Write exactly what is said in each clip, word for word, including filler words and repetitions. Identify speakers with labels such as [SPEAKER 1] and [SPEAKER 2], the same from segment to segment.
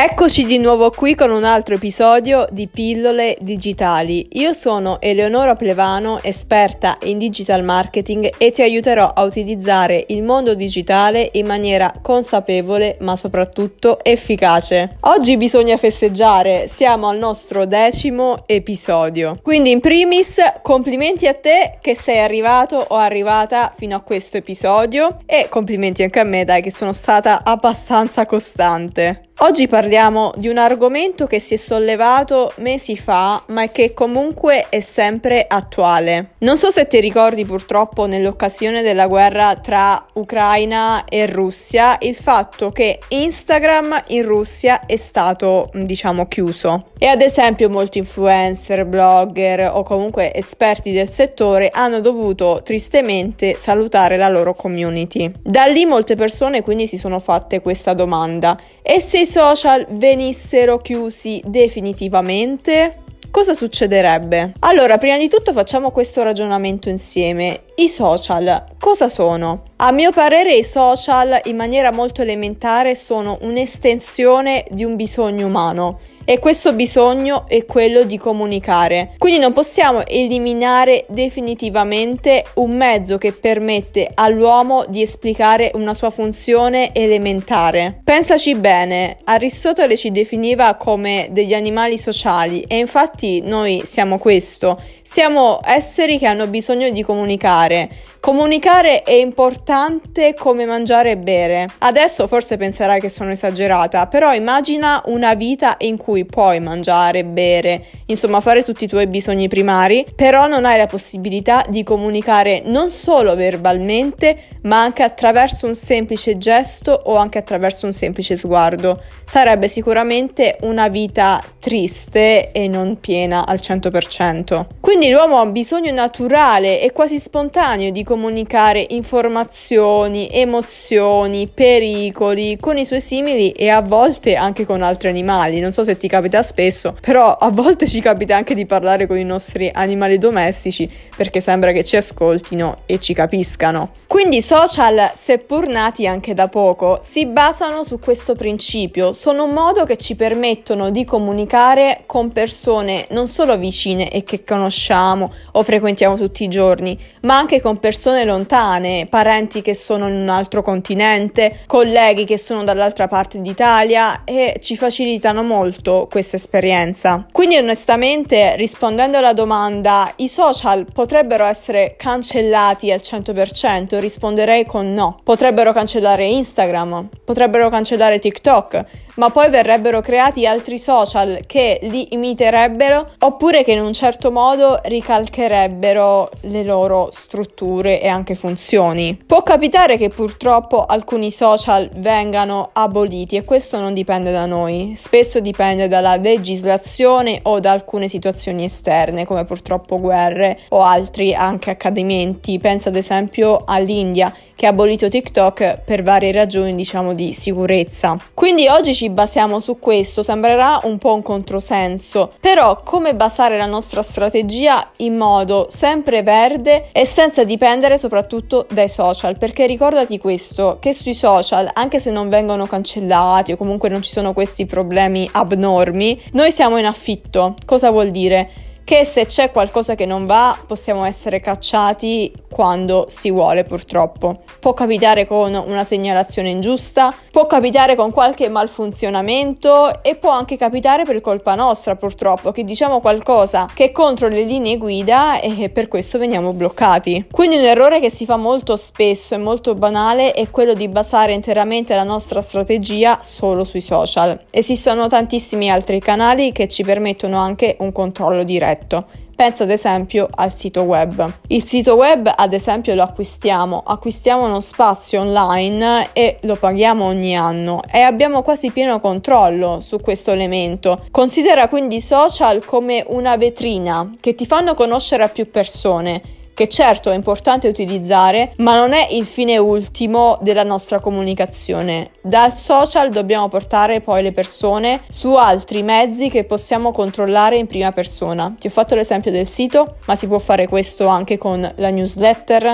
[SPEAKER 1] Eccoci di nuovo qui con un altro episodio di Pillole Digitali. Io sono Eleonora Plevano, esperta in digital marketing e ti aiuterò a utilizzare il mondo digitale in maniera consapevole ma soprattutto efficace. Oggi bisogna festeggiare, siamo al nostro decimo episodio. Quindi in primis complimenti a te che sei arrivato o arrivata fino a questo episodio e complimenti anche a me, dai, che sono stata abbastanza costante. Oggi parliamo di un argomento che si è sollevato mesi fa, ma che comunque è sempre attuale. Non so se ti ricordi, purtroppo, nell'occasione della guerra tra Ucraina e Russia, il fatto che Instagram in Russia è stato, diciamo, chiuso. E ad esempio molti influencer, blogger o comunque esperti del settore hanno dovuto tristemente salutare la loro community. Da lì molte persone quindi si sono fatte questa domanda: e se i social venissero chiusi definitivamente, cosa succederebbe? Allora, prima di tutto facciamo questo ragionamento insieme. I social cosa sono? A mio parere i social, in maniera molto elementare, sono un'estensione di un bisogno umano. E questo bisogno è quello di comunicare. Quindi non possiamo eliminare definitivamente un mezzo che permette all'uomo di esplicare una sua funzione elementare. Pensaci bene, Aristotele ci definiva come degli animali sociali e infatti noi siamo questo. Siamo esseri che hanno bisogno di comunicare. Comunicare è importante come mangiare e bere. Adesso forse penserai che sono esagerata, però immagina una vita in cui puoi mangiare, bere, insomma fare tutti i tuoi bisogni primari, però non hai la possibilità di comunicare non solo verbalmente, ma anche attraverso un semplice gesto o anche attraverso un semplice sguardo. Sarebbe sicuramente una vita triste e non piena al cento per cento. Quindi l'uomo ha bisogno naturale e quasi spontaneo di comunicare informazioni, emozioni, pericoli con i suoi simili e a volte anche con altri animali. Non so se ti capita spesso, però a volte ci capita anche di parlare con i nostri animali domestici perché sembra che ci ascoltino e ci capiscano. Quindi i social, seppur nati anche da poco, si basano su questo principio. Sono un modo che ci permettono di comunicare con persone non solo vicine e che conosciamo o frequentiamo tutti i giorni, ma anche con persone lontane, parenti che sono in un altro continente, colleghi che sono dall'altra parte d'Italia, e ci facilitano molto questa esperienza. Quindi onestamente, rispondendo alla domanda, i social potrebbero essere cancellati al cento per cento? Risponderei con no. Potrebbero cancellare Instagram, potrebbero cancellare TikTok, ma poi verrebbero creati altri social che li imiterebbero oppure che in un certo modo ricalcherebbero le loro strutture e anche funzioni. Può capitare che purtroppo alcuni social vengano aboliti e questo non dipende da noi, spesso dipende dalla legislazione o da alcune situazioni esterne come purtroppo guerre o altri anche accadimenti. Pensa ad esempio all'India che ha abolito TikTok per varie ragioni, diciamo, di sicurezza. Quindi oggi ci basiamo su questo, sembrerà un po' un controsenso, però come basare la nostra strategia in modo sempre verde e senza dipendere soprattutto dai social? Perché ricordati questo, che sui social, anche se non vengono cancellati o comunque non ci sono questi problemi abnormi, noi siamo in affitto. Cosa vuol dire? Che se c'è qualcosa che non va possiamo essere cacciati quando si vuole, purtroppo. Può capitare con una segnalazione ingiusta, può capitare con qualche malfunzionamento e può anche capitare per colpa nostra, purtroppo, che diciamo qualcosa che è contro le linee guida e per questo veniamo bloccati. Quindi un errore che si fa molto spesso e molto banale è quello di basare interamente la nostra strategia solo sui social. Esistono tantissimi altri canali che ci permettono anche un controllo diretto. Pensa ad esempio al sito web. Il sito web ad esempio lo acquistiamo, acquistiamo uno spazio online e lo paghiamo ogni anno e abbiamo quasi pieno controllo su questo elemento. Considera quindi i social come una vetrina che ti fanno conoscere a più persone, che certo è importante utilizzare, ma non è il fine ultimo della nostra comunicazione. Dal social dobbiamo portare poi le persone su altri mezzi che possiamo controllare in prima persona. Ti ho fatto l'esempio del sito, ma si può fare questo anche con la newsletter.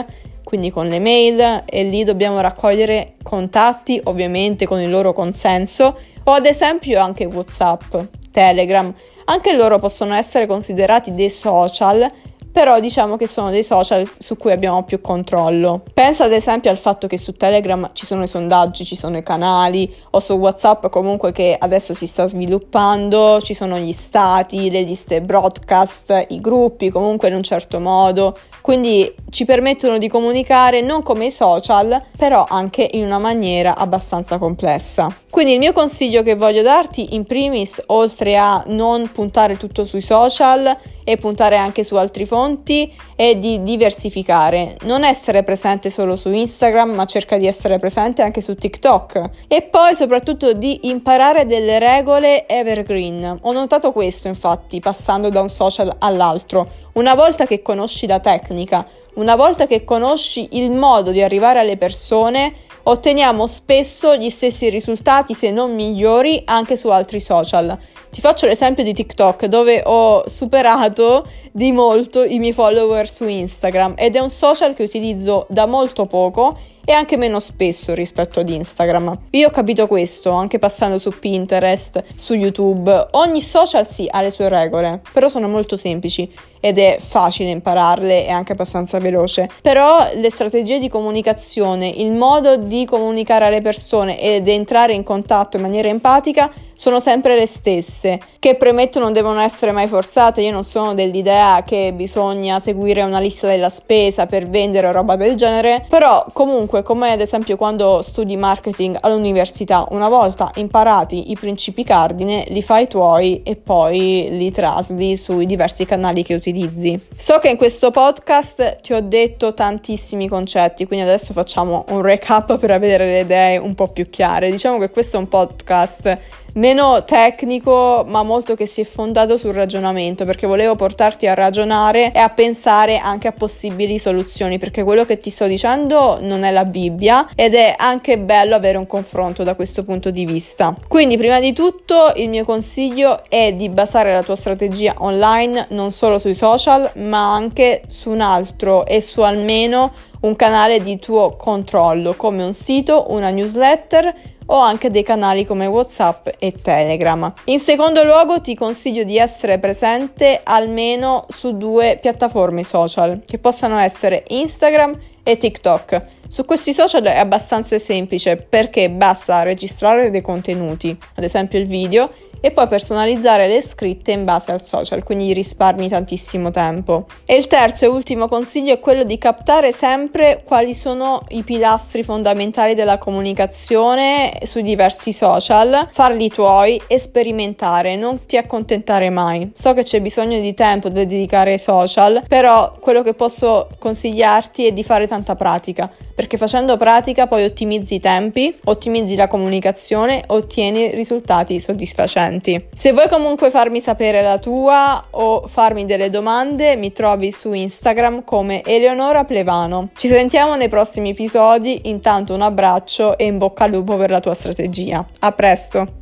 [SPEAKER 1] quindi con le mail, e lì dobbiamo raccogliere contatti, ovviamente con il loro consenso, o ad esempio anche WhatsApp, Telegram. Anche loro possono essere considerati dei social, però diciamo che sono dei social su cui abbiamo più controllo. Pensa ad esempio al fatto che su Telegram ci sono i sondaggi, ci sono i canali, o su WhatsApp comunque che adesso si sta sviluppando, ci sono gli stati, le liste broadcast, i gruppi comunque in un certo modo, quindi ci permettono di comunicare non come i social, però anche in una maniera abbastanza complessa. Quindi il mio consiglio che voglio darti in primis, oltre a non puntare tutto sui social e puntare anche su altri fonti, è di diversificare, non essere presente solo su Instagram, ma cerca di essere presente anche su TikTok, e poi soprattutto di imparare delle regole evergreen. Ho notato questo infatti passando da un social all'altro. Una volta che conosci la tecnica, una volta che conosci il modo di arrivare alle persone, otteniamo spesso gli stessi risultati, se non migliori, anche su altri social. Ti faccio l'esempio di TikTok, dove ho superato di molto i miei follower su Instagram, ed è un social che utilizzo da molto poco e anche meno spesso rispetto ad Instagram. Io ho capito questo anche passando su Pinterest, su YouTube. Ogni social sì ha le sue regole, però sono molto semplici ed è facile impararle e anche abbastanza veloce. Però le strategie di comunicazione, il modo di comunicare alle persone ed entrare in contatto in maniera empatica sono sempre le stesse, che premetto non devono essere mai forzate. Io non sono dell'idea che bisogna seguire una lista della spesa per vendere o roba del genere, però comunque, come ad esempio quando studi marketing all'università, una volta imparati i principi cardine, li fai tuoi e poi li trasli sui diversi canali che utilizzi. So che in questo podcast ti ho detto tantissimi concetti, quindi adesso facciamo un recap per avere le idee un po' più chiare. Diciamo che questo è un podcast meno tecnico, ma molto che si è fondato sul ragionamento, perché volevo portarti a ragionare e a pensare anche a possibili soluzioni, perché quello che ti sto dicendo non è la Bibbia ed è anche bello avere un confronto da questo punto di vista. Quindi prima di tutto il mio consiglio è di basare la tua strategia online non solo sui social, ma anche su un altro e su almeno un canale di tuo controllo, come un sito, una newsletter o anche dei canali come WhatsApp e Telegram. In secondo luogo ti consiglio di essere presente almeno su due piattaforme social, che possano essere Instagram e TikTok. Su questi social è abbastanza semplice, perché basta registrare dei contenuti, ad esempio il video, e poi personalizzare le scritte in base al social, quindi risparmi tantissimo tempo. E il terzo e ultimo consiglio è quello di captare sempre quali sono i pilastri fondamentali della comunicazione sui diversi social, farli tuoi e sperimentare, non ti accontentare mai. So che c'è bisogno di tempo da dedicare ai social, però quello che posso consigliarti è di fare tanta pratica, perché facendo pratica poi ottimizzi i tempi, ottimizzi la comunicazione, ottieni risultati soddisfacenti. Se vuoi comunque farmi sapere la tua o farmi delle domande, mi trovi su Instagram come Eleonora Plevano. Ci sentiamo nei prossimi episodi, intanto un abbraccio e in bocca al lupo per la tua strategia. A presto!